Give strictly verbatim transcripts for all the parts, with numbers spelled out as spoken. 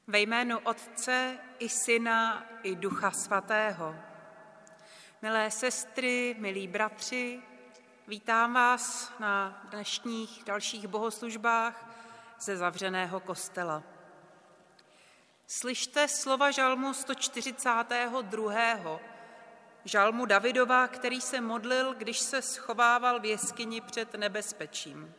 Ve jménu Otce i Syna i Ducha Svatého. Milé sestry, milí bratři, vítám vás na dnešních dalších bohoslužbách ze zavřeného kostela. Slyšte slova žalmu sto čtyřicátého druhého žalmu Davidova, který se modlil, když se schovával v jeskyni před nebezpečím.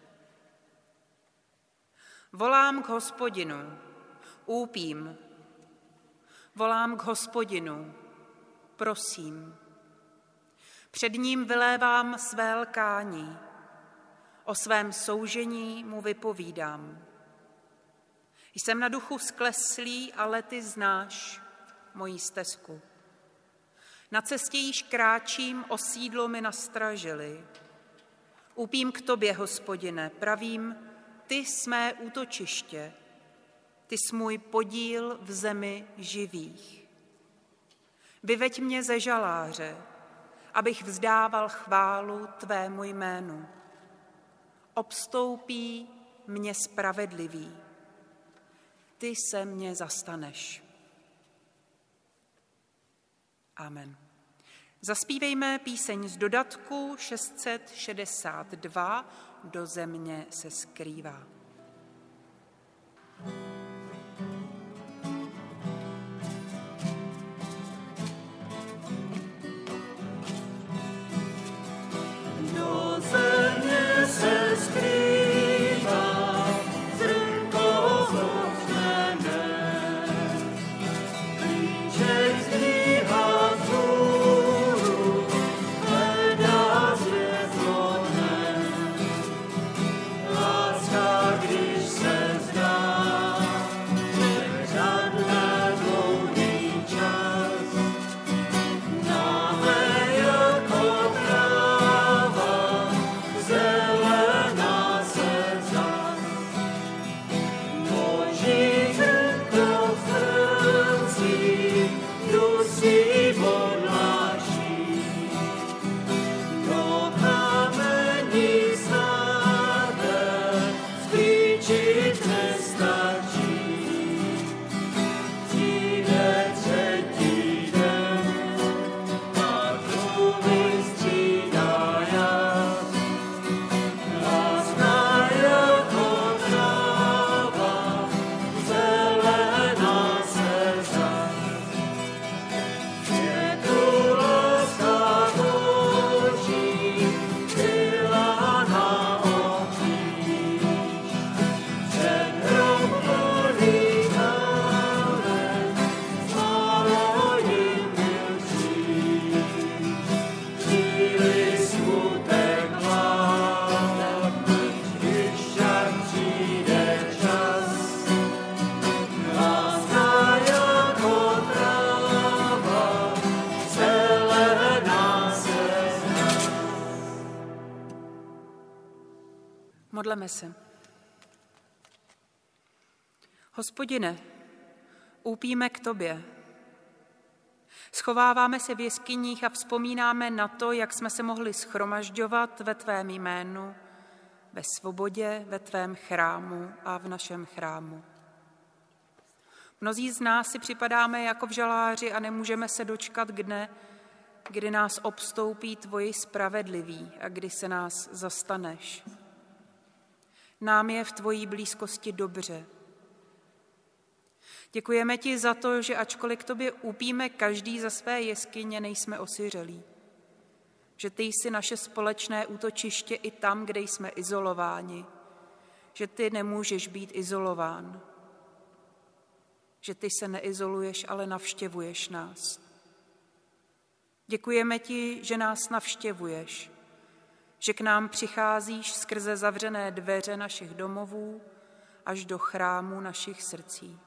Volám k Hospodinu, úpím. Volám k Hospodinu, prosím. Před ním vylévám své lkání, o svém soužení mu vypovídám. Jsem na duchu skleslý, ale ty znáš moji stezku. Na cestě již kráčím, osídlo mi nastražili. Úpím k tobě, Hospodine, pravím, ty jsi mé útočiště, ty jsi můj podíl v zemi živých. Vyveď mě ze žaláře, abych vzdával chválu tvému jménu. Obstoupí mě spravedlivý, ty se mě zastaneš. Amen. Zaspívejme píseň z dodatku šest set šedesát dva, Do země se skrývá. Do země se skrývá, zrnko zločené, klíček zdvíhá vzhůru, hledá zvězloné. Láska, když se zdá, že žádné dlouhý čas, náhle jako tráva, zelená se zas. Boží zrnko v srdci dusí odnáší, do kamení snadé sklíčit nestačí. Přijde třetí den, a krůvy střídá jas. Láska jako tráva, zelená se zas. Je tu láska Boží, byla na obříž. Před hrom prolítáme, zmálo jim byl kříž. Chvíli smutek hlad, když však přijde čas. Láska jako tráva, zelená se zas. Modleme se. Hospodine, úpíme k tobě. Schováváme se v jeskyních a vzpomínáme na to, jak jsme se mohli shromažďovat ve tvém jménu, ve svobodě, ve tvém chrámu a v našem chrámu. Mnozí z nás si připadáme jako v žaláři a nemůžeme se dočkat dne, kdy nás obstoupí tvoji spravedliví a kdy se nás zastaneš. Nám je v tvojí blízkosti dobře. Děkujeme ti za to, že ačkoliv k tobě úpíme každý za své jeskyně, nejsme osiřelí. Že ty jsi naše společné útočiště i tam, kde jsme izolováni. Že ty nemůžeš být izolován. Že ty se neizoluješ, ale navštěvuješ nás. Děkujeme ti, že nás navštěvuješ, že k nám přicházíš skrze zavřené dveře našich domovů až do chrámu našich srdcí.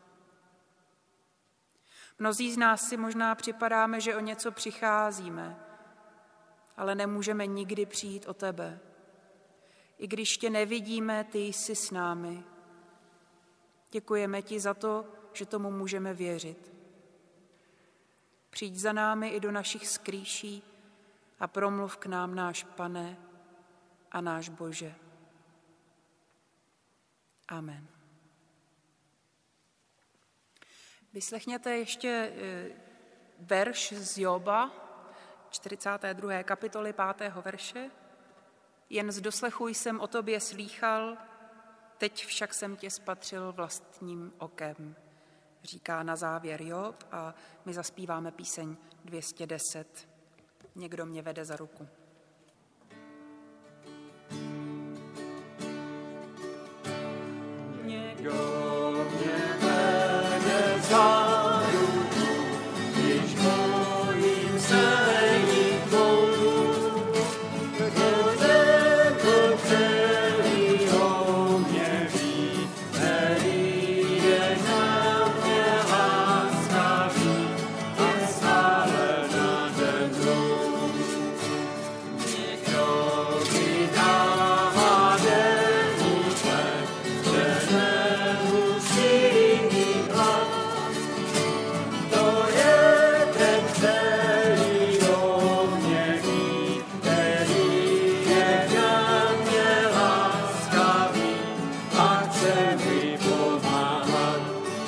Mnozí z nás si možná připadáme, že o něco přicházíme, ale nemůžeme nikdy přijít o tebe. I když tě nevidíme, ty jsi s námi. Děkujeme ti za to, že tomu můžeme věřit. Přijď za námi i do našich skrýší a promluv k nám, náš Pane a náš Bože. Amen. Vyslechněte ještě verš z Joba, čtyřicáté druhé kapitoly, pátého verše. Jen z doslechu jsem o tobě slýchal, teď však jsem tě spatřil vlastním okem, říká na závěr Job a my zaspíváme píseň dvě stě deset. Někdo mě vede za ruku. Někdo mě vede za ruku, když bojím se jít dolů. Kdo řekl celýho mě ví, který je na mě láskavý a stále nade mnou. Někdo mi dává denní chleb, že nemusím mít hlad. To je ten, který o mě ví, který je na mě láskavý a chce mi pomáhat.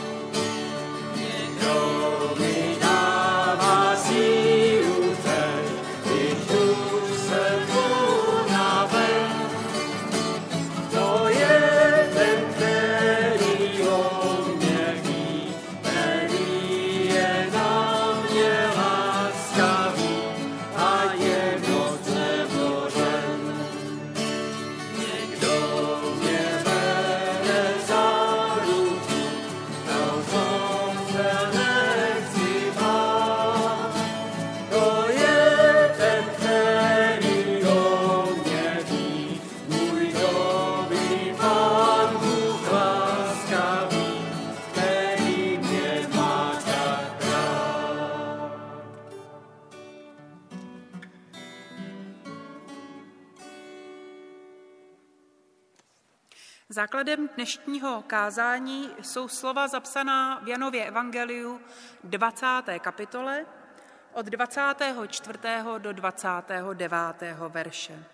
Někdo mi dává sílu teď, když už jsem unaven. To je ten, který o mě ví, který je na mě láskavý a je moc nevložen. Někdo mě vede za ruku, na tom se nechci bát. To je ten, který o mě ví, můj dobrý Pán Bůh láskavý, který mě má tak rád. Základem dnešního kázání jsou slova zapsaná v Janově evangeliu dvacáté kapitole od dvacátého čtvrtého do dvacátého devátého verše.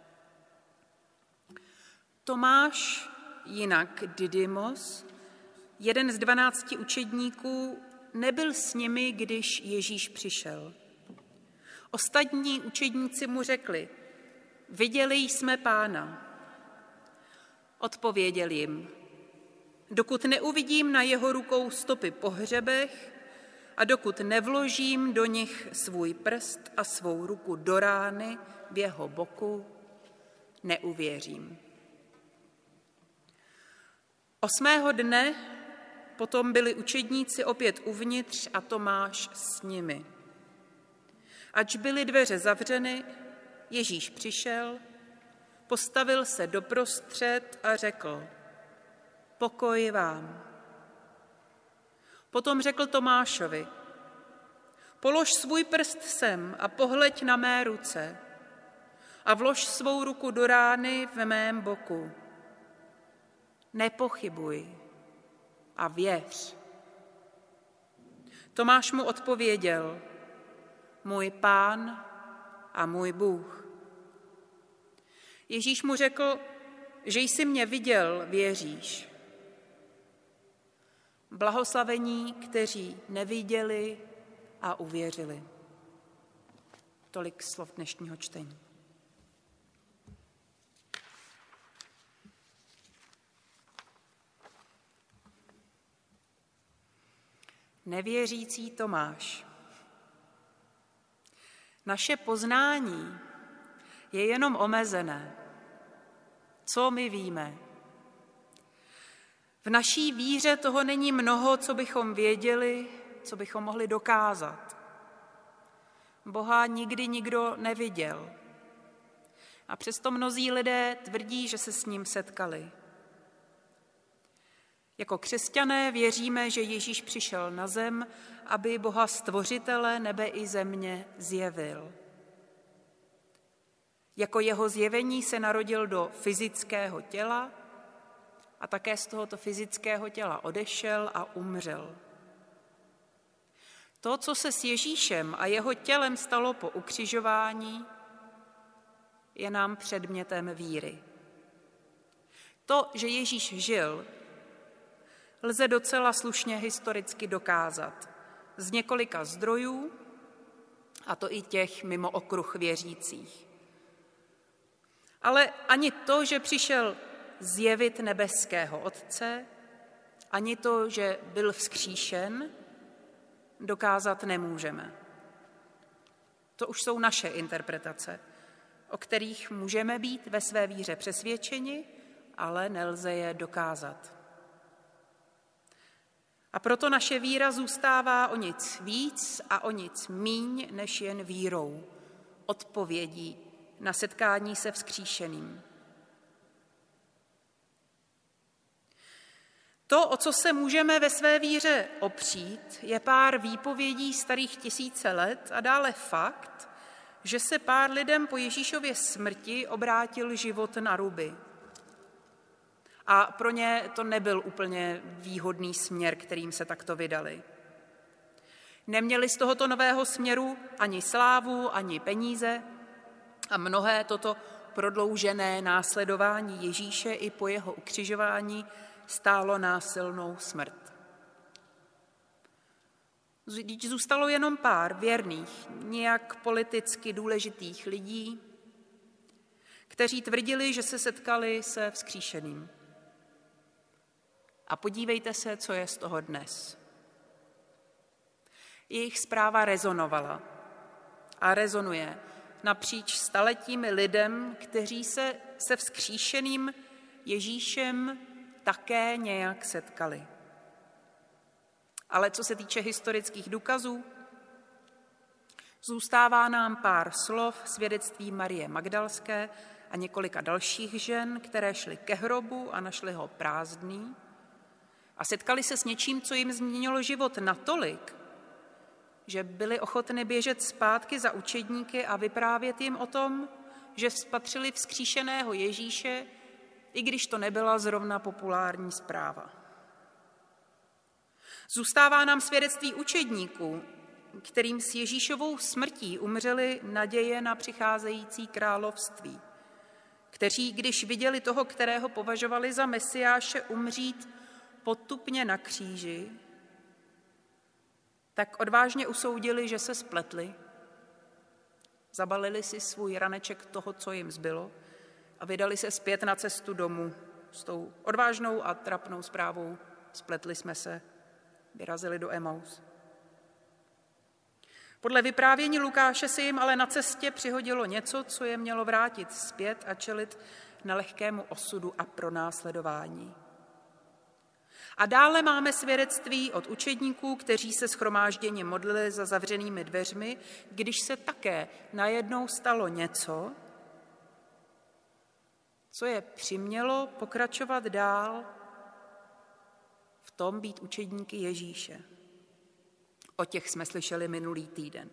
Tomáš, jinak Didymos, jeden z dvanácti učedníků, nebyl s nimi, když Ježíš přišel. Ostatní učedníci mu řekli, viděli jsme Pána. Odpověděl jim, dokud neuvidím na jeho rukou stopy po hřebech a dokud nevložím do nich svůj prst a svou ruku do rány v jeho boku, neuvěřím. Osmého dne potom byli učedníci opět uvnitř a Tomáš s nimi. Ač byly dveře zavřeny, Ježíš přišel, postavil se doprostřed a řekl, pokoj vám. Potom řekl Tomášovi, polož svůj prst sem a pohleď na mé ruce a vlož svou ruku do rány v mém boku. Nepochybuj a věř. Tomáš mu odpověděl, můj Pán a můj Bůh. Ježíš mu řekl, že jsi mě viděl, věříš. Blahoslavení, kteří neviděli a uvěřili. Tolik slov dnešního čtení. Nevěřící Tomáš. Naše poznání je jenom omezené. Co my víme? V naší víře toho není mnoho, co bychom věděli, co bychom mohli dokázat. Boha nikdy nikdo neviděl. A přesto mnozí lidé tvrdí, že se s ním setkali. Jako křesťané věříme, že Ježíš přišel na zem, aby Boha stvořitele nebe i země zjevil. Jako jeho zjevení se narodil do fyzického těla a také z tohoto fyzického těla odešel a umřel. To, co se s Ježíšem a jeho tělem stalo po ukřižování, je nám předmětem víry. To, že Ježíš žil, lze docela slušně historicky dokázat z několika zdrojů, a to i těch mimo okruh věřících. Ale ani to, že přišel zjevit nebeského Otce, ani to, že byl vzkříšen, dokázat nemůžeme. To už jsou naše interpretace, o kterých můžeme být ve své víře přesvědčeni, ale nelze je dokázat. A proto naše víra zůstává o nic víc a o nic míň než jen vírou, odpovědí na setkání se vzkříšeným. To, o co se můžeme ve své víře opřít, je pár výpovědí starých tisíce let a dále fakt, že se pár lidem po Ježíšově smrti obrátil život na ruby. A pro ně to nebyl úplně výhodný směr, kterým se takto vydali. Neměli z tohoto nového směru ani slávu, ani peníze a mnohé toto prodloužené následování Ježíše i po jeho ukřižování stálo násilnou smrt. Zůstalo jenom pár věrných, nijak politicky důležitých lidí, kteří tvrdili, že se setkali se vzkříšeným. A podívejte se, co je z toho dnes. Jejich zpráva rezonovala a rezonuje napříč staletími lidem, kteří se se vzkříšeným Ježíšem také nějak setkali. Ale co se týče historických důkazů, zůstává nám pár slov svědectví Marie Magdalské a několika dalších žen, které šly ke hrobu a našly ho prázdný a setkali se s něčím, co jim změnilo život natolik, že byli ochotni běžet zpátky za učedníky a vyprávět jim o tom, že spatřili vzkříšeného Ježíše, i když to nebyla zrovna populární zpráva. Zůstává nám svědectví učedníků, kterým s Ježíšovou smrtí umřely naděje na přicházející království, kteří, když viděli toho, kterého považovali za Mesiáše, umřít potupně na kříži, tak odvážně usoudili, že se spletli, zabalili si svůj raneček toho, co jim zbylo, a vydali se zpět na cestu domů s tou odvážnou a trapnou zprávou: spletli jsme se, vyrazili do Emaus. Podle vyprávění Lukáše se jim ale na cestě přihodilo něco, co je mělo vrátit zpět a čelit nelehkému osudu a pronásledování. A dále máme svědectví od učedníků, kteří se shromážděně modlili za zavřenými dveřmi, když se také najednou stalo něco, co je přimělo pokračovat dál v tom být učedníky Ježíše. O těch jsme slyšeli minulý týden.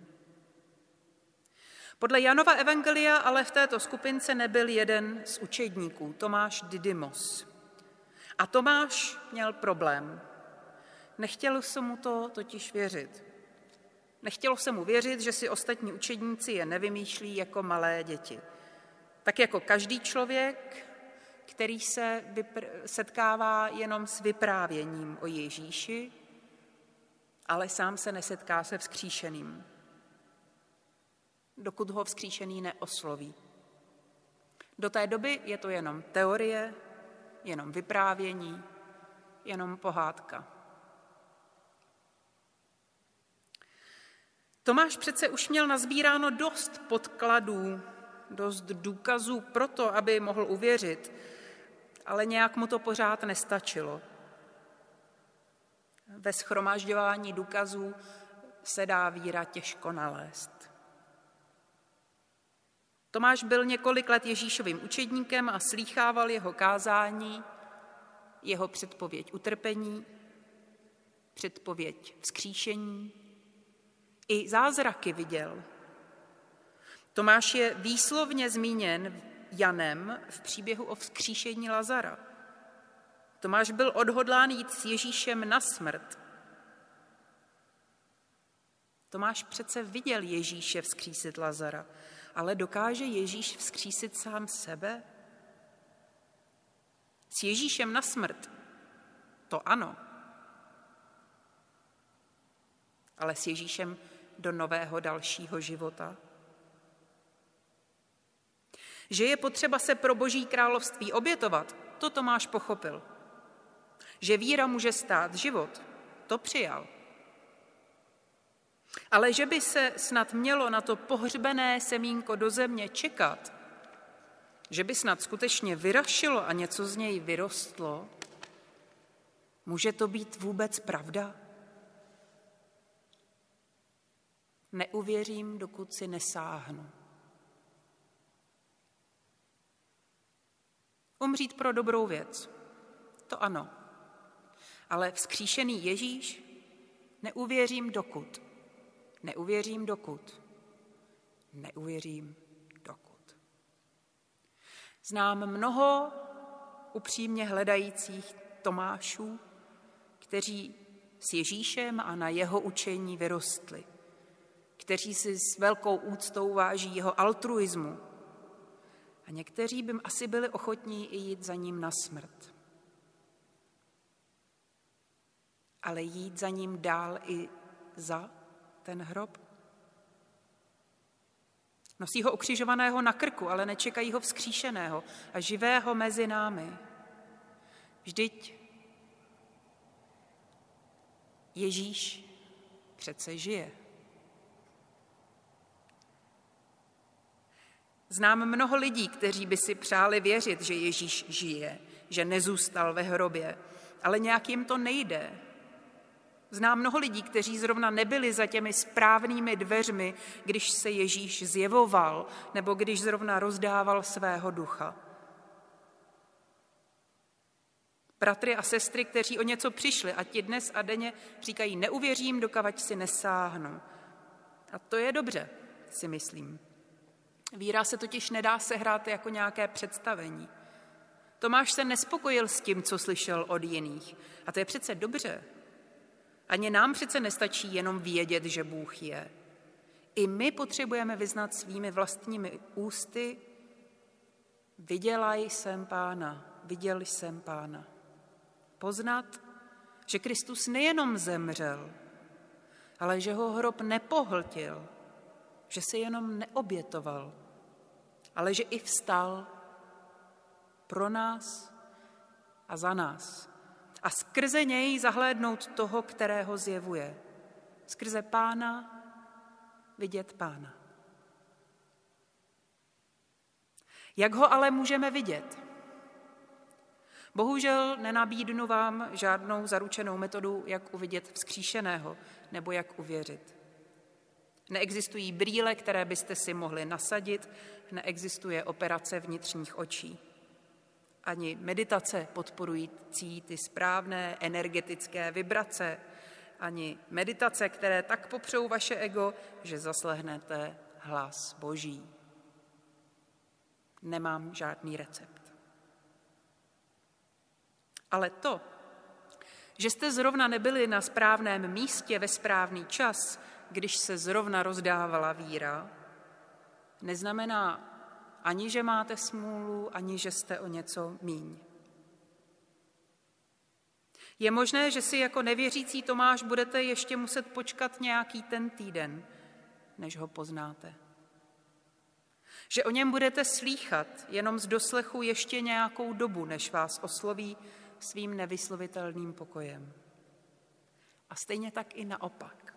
Podle Janova evangelia ale v této skupince nebyl jeden z učedníků, Tomáš Didymos. A Tomáš měl problém. Nechtělo se mu to totiž věřit. Nechtělo se mu věřit, že si ostatní učedníci je nevymýšlí jako malé děti. Tak jako každý člověk, který se vypr- setkává jenom s vyprávěním o Ježíši, ale sám se nesetká se vzkříšeným, dokud ho vzkříšený neosloví. Do té doby je to jenom teorie, jenom vyprávění, jenom pohádka. Tomáš přece už měl nazbíráno dost podkladů, dost důkazů pro to, aby mohl uvěřit, ale nějak mu to pořád nestačilo. Ve shromažďování důkazů se dá víra těžko nalézt. Tomáš byl několik let Ježíšovým učedníkem a slýchával jeho kázání, jeho předpověď utrpení, předpověď vzkříšení. I zázraky viděl. Tomáš je výslovně zmíněn Janem v příběhu o vzkříšení Lazara. Tomáš byl odhodlán jít s Ježíšem na smrt. Tomáš přece viděl Ježíše vzkřísit Lazara, ale dokáže Ježíš vzkřísit sám sebe? S Ježíšem na smrt? To ano, ale s Ježíšem do nového dalšího života. Že je potřeba se pro Boží království obětovat, to Tomáš pochopil. Že víra může stát život, to přijal. Ale že by se snad mělo na to pohřbené semínko do země čekat, že by snad skutečně vyrašilo a něco z něj vyrostlo, může to být vůbec pravda? Neuvěřím, dokud si nesáhnu. Umřít pro dobrou věc, to ano. Ale vzkříšený Ježíš neuvěřím dokud. Neuvěřím dokud. Neuvěřím dokud. Znám mnoho upřímně hledajících Tomášů, kteří s Ježíšem a na jeho učení vyrostli, kteří si s velkou úctou váží jeho altruismu a někteří by asi byli ochotní i jít za ním na smrt. Ale jít za ním dál i za ten hrob? Nosí ho ukřižovaného na krku, ale nečekají ho vzkříšeného a živého mezi námi. Vždyť Ježíš přece žije. Znám mnoho lidí, kteří by si přáli věřit, že Ježíš žije, že nezůstal ve hrobě, ale nějak jim to nejde. Znám mnoho lidí, kteří zrovna nebyli za těmi správnými dveřmi, když se Ježíš zjevoval, nebo když zrovna rozdával svého ducha. Bratry a sestry, kteří o něco přišli a ti dnes a denně říkají, neuvěřím, dokavať si nesáhnu. A to je dobře, si myslím. Víra se totiž nedá sehrát jako nějaké představení. Tomáš se nespokojil s tím, co slyšel od jiných. A to je přece dobře. Ani nám přece nestačí jenom vědět, že Bůh je. I my potřebujeme vyznat svými vlastními ústy, viděla jsem Pána, viděl jsem Pána. Poznat, že Kristus nejenom zemřel, ale že ho hrob nepohltil, že se jenom neobětoval, ale že i vstal pro nás a za nás. A skrze něj zahlédnout toho, kterého zjevuje. Skrze Pána vidět Pána. Jak ho ale můžeme vidět? Bohužel nenabídnu vám žádnou zaručenou metodu, jak uvidět vzkříšeného nebo jak uvěřit. Neexistují brýle, které byste si mohli nasadit, neexistuje operace vnitřních očí. Ani meditace podporující ty správné energetické vibrace, ani meditace, které tak popřou vaše ego, že zaslehnete hlas Boží. Nemám žádný recept. Ale to, že jste zrovna nebyli na správném místě ve správný čas, když se zrovna rozdávala víra, neznamená ani, že máte smůlu, ani, že jste o něco míň. Je možné, že si jako nevěřící Tomáš budete ještě muset počkat nějaký ten týden, než ho poznáte. Že o něm budete slýchat jenom z doslechu ještě nějakou dobu, než vás osloví svým nevyslovitelným pokojem. A stejně tak i naopak.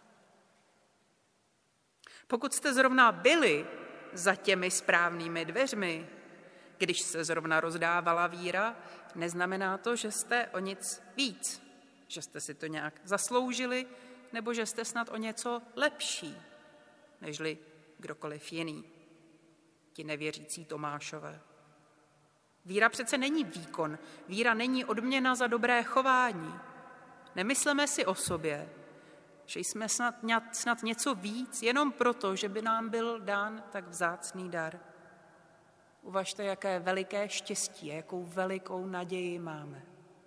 Pokud jste zrovna byli za těmi správnými dveřmi, když se zrovna rozdávala víra, neznamená to, že jste o nic víc, že jste si to nějak zasloužili, nebo že jste snad o něco lepší, nežli kdokoliv jiný, ti nevěřící Tomášové. Víra přece není výkon, víra není odměna za dobré chování. Nemysleme si o sobě, že jsme snad, snad něco víc, jenom proto, že by nám byl dán tak vzácný dar. Uvažte, jaké veliké štěstí a jakou velikou naději máme.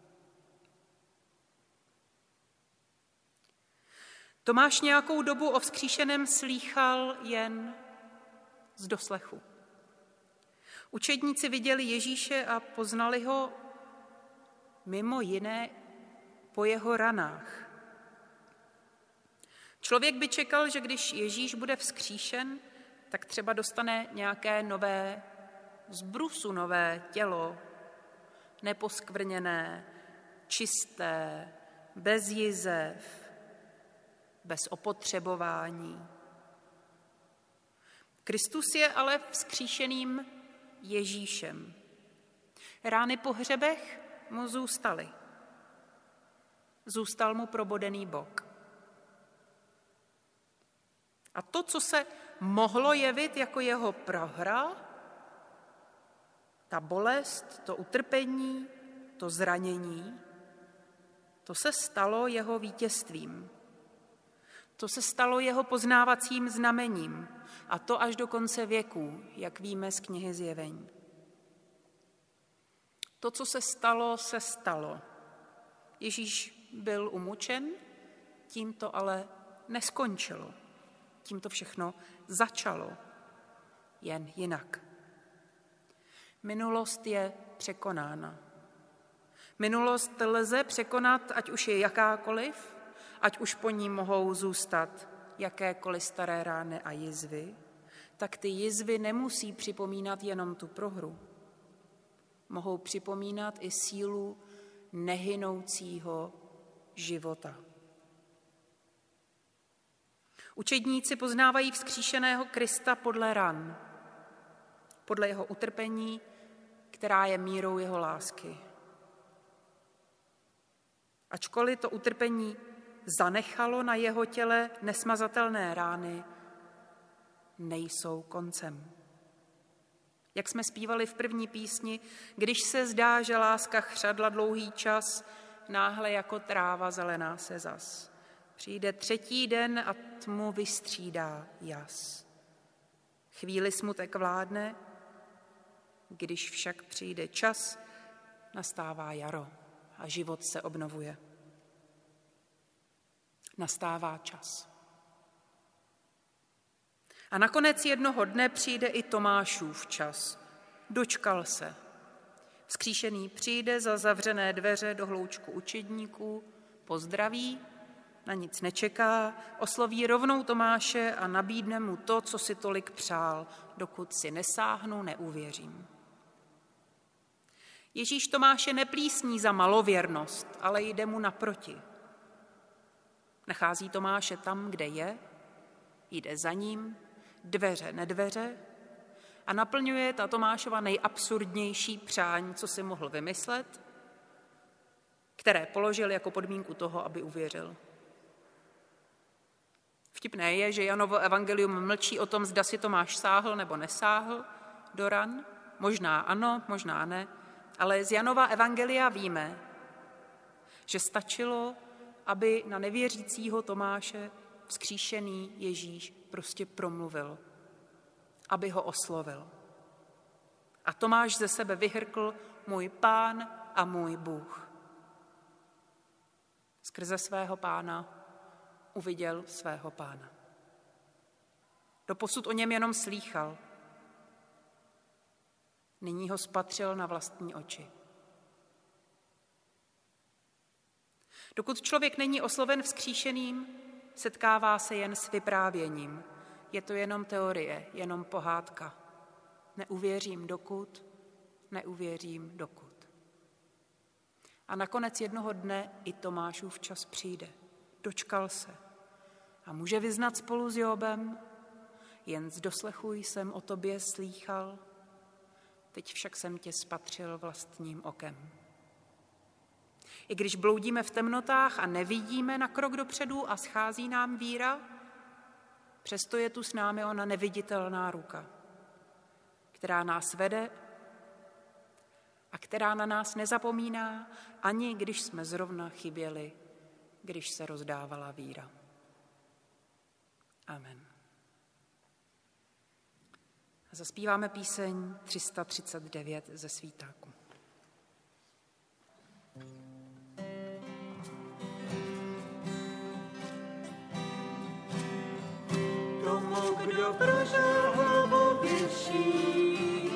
Tomáš nějakou dobu o vzkříšeném slýchal jen z doslechu. Učedníci viděli Ježíše a poznali ho mimo jiné po jeho ranách. Člověk by čekal, že když Ježíš bude vzkříšen, tak třeba dostane nějaké nové zbrusu, nové tělo, neposkvrněné, čisté, bez jizev, bez opotřebování. Kristus je ale vzkříšeným Ježíšem. Rány po hřebech mu zůstaly. Zůstal mu probodený bok. A to, co se mohlo jevit jako jeho prohra, ta bolest, to utrpení, to zranění, to se stalo jeho vítězstvím. To se stalo jeho poznávacím znamením, a to až do konce věků, jak víme z knihy Zjevení. To, co se stalo, se stalo. Ježíš byl umučen, tím to ale neskončilo. Tím to všechno začalo, jen jinak. Minulost je překonána. Minulost lze překonat, ať už je jakákoliv, ať už po ní mohou zůstat jakékoliv staré rány a jizvy, tak ty jizvy nemusí připomínat jenom tu prohru. Mohou připomínat i sílu nehynoucího života. Učedníci poznávají vzkříšeného Krista podle ran, podle jeho utrpení, která je mírou jeho lásky. Ačkoliv to utrpení zanechalo na jeho těle nesmazatelné rány, nejsou koncem. Jak jsme zpívali v první písni, když se zdá, že láska chřadla dlouhý čas, náhle jako tráva zelená se zas. Přijde třetí den a tmu vystřídá jas. Chvíli smutek vládne, když však přijde čas, nastává jaro a život se obnovuje. Nastává čas. A nakonec jednoho dne přijde i Tomášův čas. Dočkal se. Vzkříšený přijde za zavřené dveře do hloučku učedníků, pozdraví, na nic nečeká, osloví rovnou Tomáše a nabídne mu to, co si tolik přál. Dokud si nesáhnu, neuvěřím. Ježíš Tomáše neplísní za malověrnost, ale jde mu naproti. Nachází Tomáše tam, kde je, jde za ním, dveře nedveře, a naplňuje ta Tomášova nejabsurdnější přání, co si mohl vymyslet, které položil jako podmínku toho, aby uvěřil. Vtipné je, že Janovo evangelium mlčí o tom, zda si Tomáš sáhl nebo nesáhl do ran. Možná ano, možná ne, ale z Janova evangelia víme, že stačilo, aby na nevěřícího Tomáše vzkříšený Ježíš prostě promluvil, aby ho oslovil. A Tomáš ze sebe vyhrkl: můj Pán a můj Bůh. Skrze svého Pána uviděl svého Pána. Doposud o něm jenom slýchal. Nyní ho spatřil na vlastní oči. Dokud člověk není osloven vzkříšeným, setkává se jen s vyprávěním. Je to jenom teorie, jenom pohádka. Neuvěřím dokud, neuvěřím dokud. A nakonec jednoho dne i Tomášův čas přijde. Dočkal se. A může vyznat spolu s Jobem: jen z doslechu jsem o tobě slýchal, teď však jsem tě spatřil vlastním okem. I když bloudíme v temnotách a nevidíme na krok dopředu a schází nám víra, přesto je tu s námi ona neviditelná ruka, která nás vede a která na nás nezapomíná, ani když jsme zrovna chyběli, když se rozdávala víra. Amen. A zaspíváme píseň tři sta třicet devět ze Svítáku. Tomu, kdo prožil hlavu větší,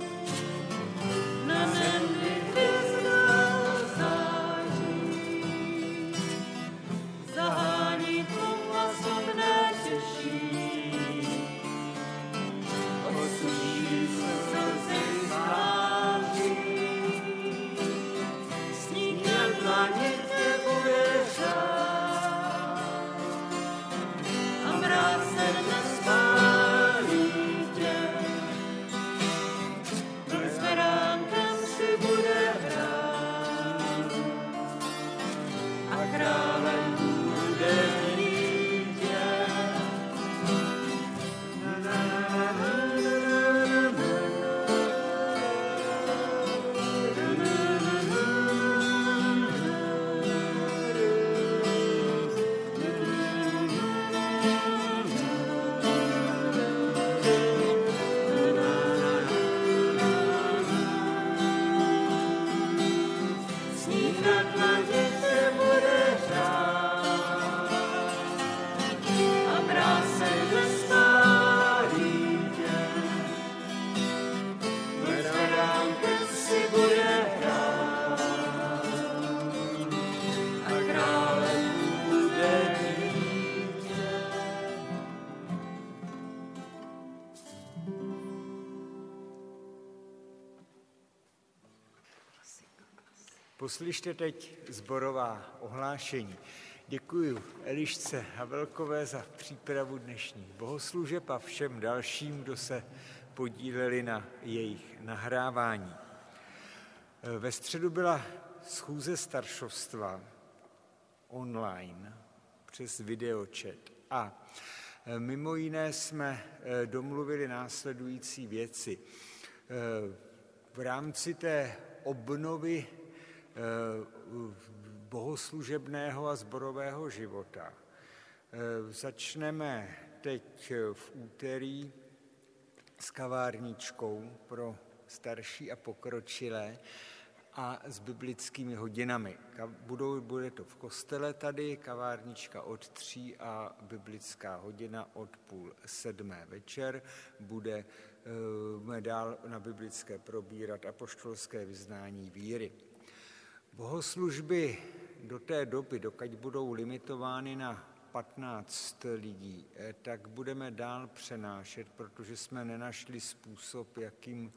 na zemi hvězda září, zahání tmu a slunce Poslyšte teď sborová ohlášení. Děkuji Elišce Havelkové za přípravu dnešních bohoslužeb a všem dalším, kdo se podíleli na jejich nahrávání. Ve středu byla schůze staršovstva online přes videočet a mimo jiné jsme domluvili následující věci. V rámci té obnovy bohoslužebného a sborového života začneme teď v úterý s kavárničkou pro starší a pokročilé a s biblickými hodinami. Budou, bude to v kostele tady, kavárnička od tří a biblická hodina od půl sedmé večer. Bude uh, dál na biblické probírat apoštolské vyznání víry. Bohoslužby do té doby, dokud budou limitovány na patnáct lidí, tak budeme dál přenášet, protože jsme nenašli způsob, jakým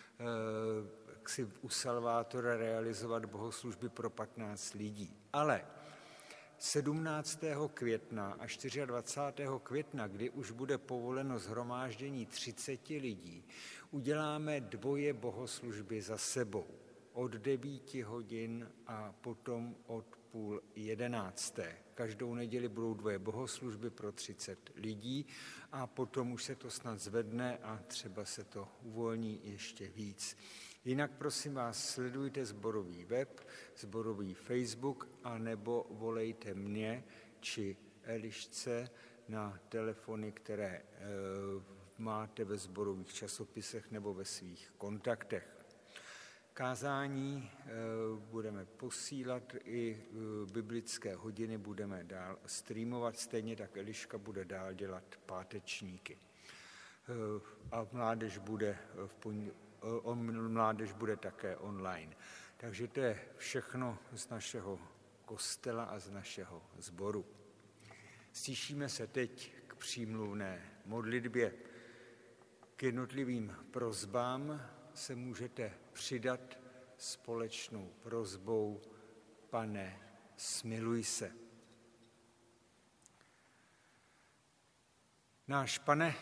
jak si u Salvátora realizovat bohoslužby pro patnáct lidí. Ale sedmnáctého května a dvacátého čtvrtého května, kdy už bude povoleno shromáždění třicet lidí, uděláme dvoje bohoslužby za sebou. Od devíti hodin a potom od půl jedenácté. Každou neděli budou dvoje bohoslužby pro třicet lidí a potom už se to snad zvedne a třeba se to uvolní ještě víc. Jinak prosím vás, sledujte sborový web, sborový Facebook a nebo volejte mě či Elišce na telefony, které e, máte ve sborových časopisech nebo ve svých kontaktech. Kázání e, budeme posílat, i e, biblické hodiny budeme dál streamovat, stejně tak Eliška bude dál dělat pátečníky. E, a mládež bude, v pon... e, mládež bude také online. Takže to je všechno z našeho kostela a z našeho sboru. Stišíme se teď k přímluvné modlitbě. K jednotlivým prosbám se můžete přidat společnou prosbou: Pane, smiluj se. Náš Pane,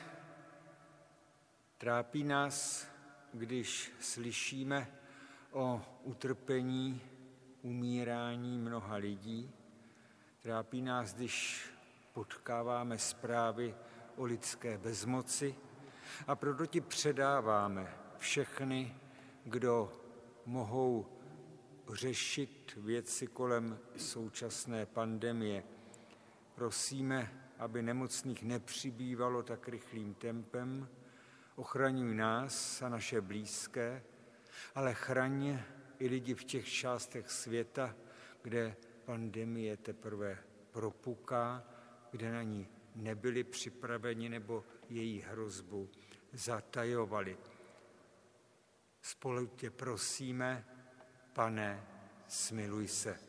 trápí nás, když slyšíme o utrpení, umírání mnoha lidí. Trápí nás, když potkáváme zprávy o lidské bezmoci, a proto ti předáváme všechny, kdo mohou řešit věci kolem současné pandemie. Prosíme, aby nemocných nepřibývalo tak rychlým tempem. Ochraňuj nás a naše blízké, ale chraň i lidi v těch částech světa, kde pandemie teprve propuká, kde na ní nebyli připraveni nebo její hrozbu zatajovali. Spolu tě prosíme, Pane, smiluj se.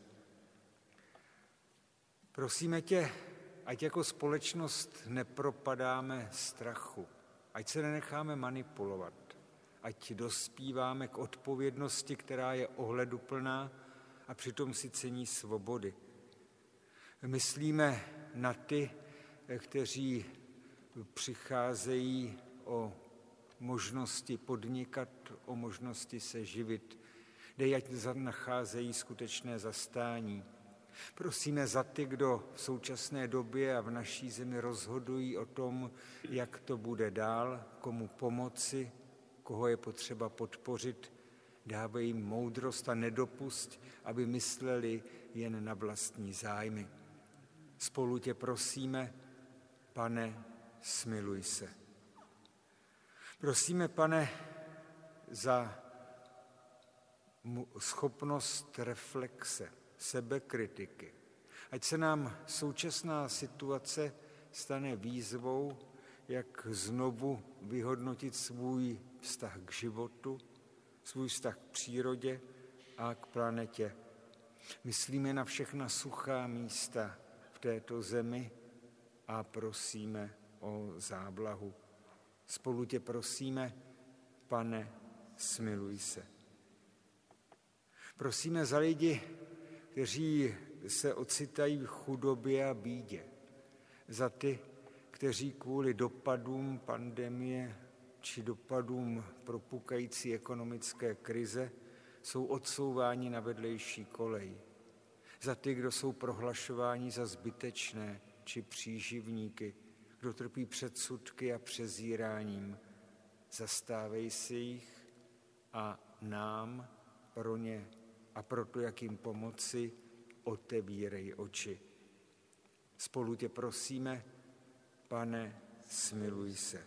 Prosíme tě, ať jako společnost nepropadáme strachu, ať se nenecháme manipulovat, ať dospíváme k odpovědnosti, která je ohleduplná a přitom si cení svobody. Myslíme na ty, kteří přicházejí o možnosti podnikat, o možnosti se živit, kde ať nacházejí skutečné zastání. Prosíme za ty, kdo v současné době a v naší zemi rozhodují o tom, jak to bude dál, komu pomoci, koho je potřeba podpořit. Dávej jim moudrost a nedopusť, aby mysleli jen na vlastní zájmy. Spolu tě prosíme, Pane, smiluj se. Prosíme, Pane, za schopnost reflexe, sebekritiky. Ať se nám současná situace stane výzvou, jak znovu vyhodnotit svůj vztah k životu, svůj vztah k přírodě a k planetě. Myslíme na všechna suchá místa v této zemi a prosíme o záblahu. Spolu tě prosíme, Pane, smiluj se. Prosíme za lidi, kteří se ocitají v chudobě a bídě. Za ty, kteří kvůli dopadům pandemie či dopadům propukající ekonomické krize jsou odsouváni na vedlejší kolej. Za ty, kdo jsou prohlašováni za zbytečné či příživníky, kdo trpí předsudky a přezíráním. Zastávej si jich a nám pro ně a pro to, jak jim pomoci, otevírej oči. Spolu tě prosíme, Pane, smiluj se.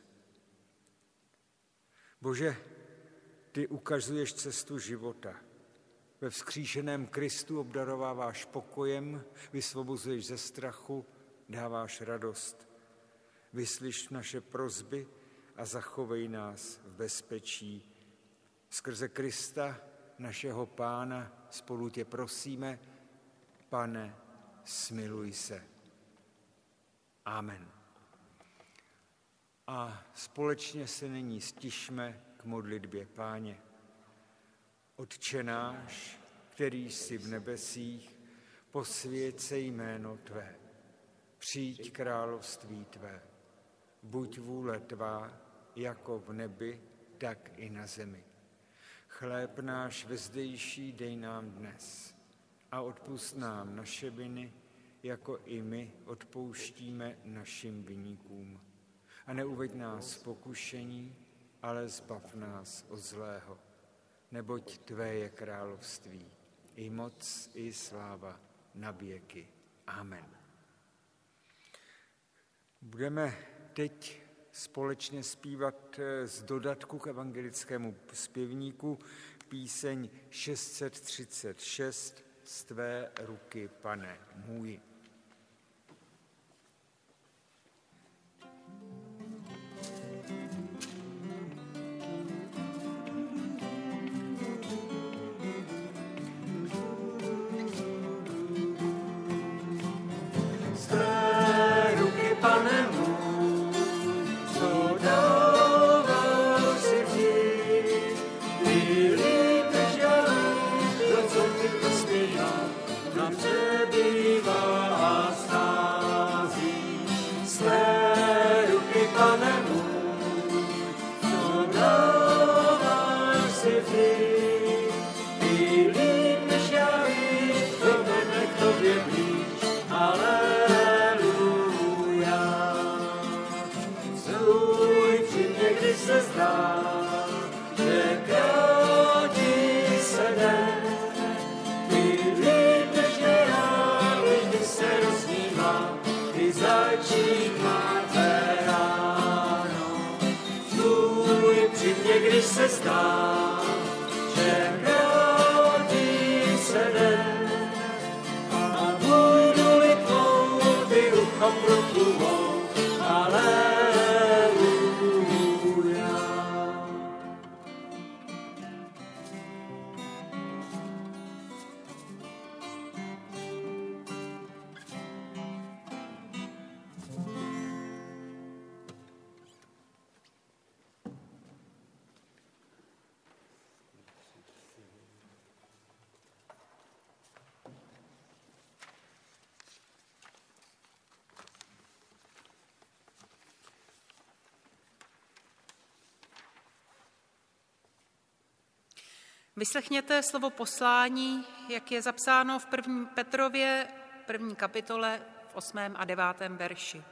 Bože, ty ukazuješ cestu života. Ve vzkříšeném Kristu obdarováváš pokojem, vysvobozuješ ze strachu, dáváš radost. Vyslyš naše prosby a zachovej nás v bezpečí. Skrze Krista, našeho Pána, spolu tě prosíme, Pane, smiluj se. Amen. A společně se nyní stišme k modlitbě Páně. Otče náš, který jsi v nebesích, posvěť se jméno Tvé. Přijď království Tvé. Buď vůle Tvá, jako v nebi, tak i na zemi. Chléb náš vezdejší dej nám dnes a odpusť nám naše viny, jako i my odpouštíme našim viníkům. A neuveď nás v pokušení, ale zbav nás od zlého. Neboť Tvé je království, i moc, i sláva na věky. Amen. Budeme teď společně zpívat z dodatku k evangelickému zpěvníku píseň šest set třicet šest Z Tvé ruky, Pane můj. Když se zdá, že krátí se den a budu-li tvou, ty ucha propluvou, aleluja. Vyslechněte slovo poslání, jak je zapsáno v první Petrově první kapitole v osmém a devátém verši.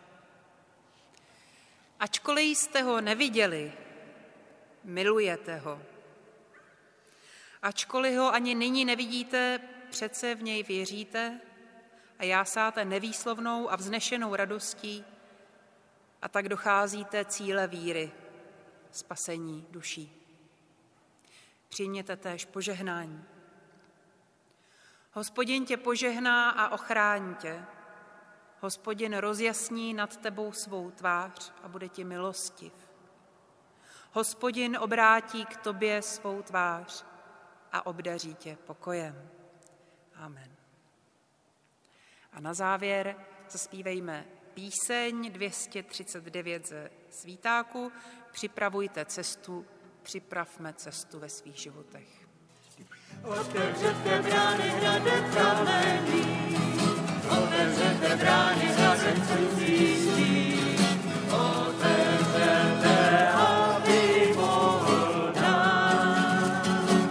Ačkoliv jste ho neviděli, milujete ho. Ačkoliv ho ani nyní nevidíte, přece v něj věříte a jásáte nevýslovnou a vznešenou radostí a tak docházíte cíle víry, spasení duší. Přijměte též požehnání. Hospodin tě požehná a ochrání tě. Hospodin rozjasní nad tebou svou tvář a bude ti milostiv. Hospodin obrátí k tobě svou tvář a obdaří tě pokojem. Amen. A na závěr zaspívejme píseň dvě stě třicet devět ze Svítáku. Připravujte cestu, připravme cestu ve svých životech. Otevřete brány hradem kamení, otevřete brány hradem cudzí, otevřete, aby mohl dát.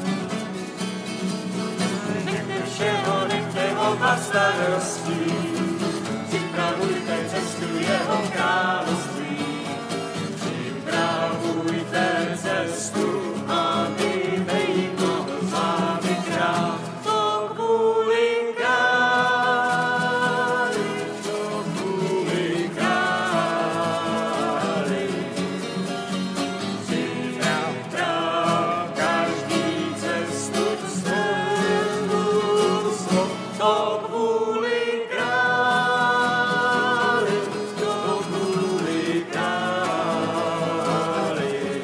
Nechte všeho, nechte oba starostí, připravujte cestu jeho království. Připravujte cestu, aby vejít mohl s vámi král. To kvůli králi, to kvůli králi. Připrav prav každý cestu svou, to kvůli králi, to kvůli králi.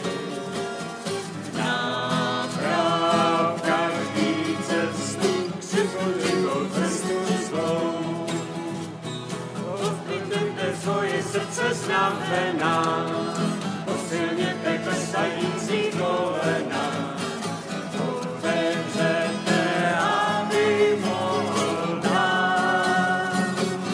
Naprav každý cestu, křivou cestu svou. Odpěte svoje srdce znamená, posilněte klesající kolena. Otevřete, aby mohl dát.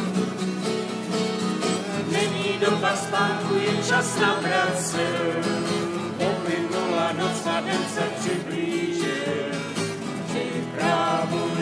Není doba spánku, je čas nabrat sil. Pominula noc a den se přiblížil. Připravuj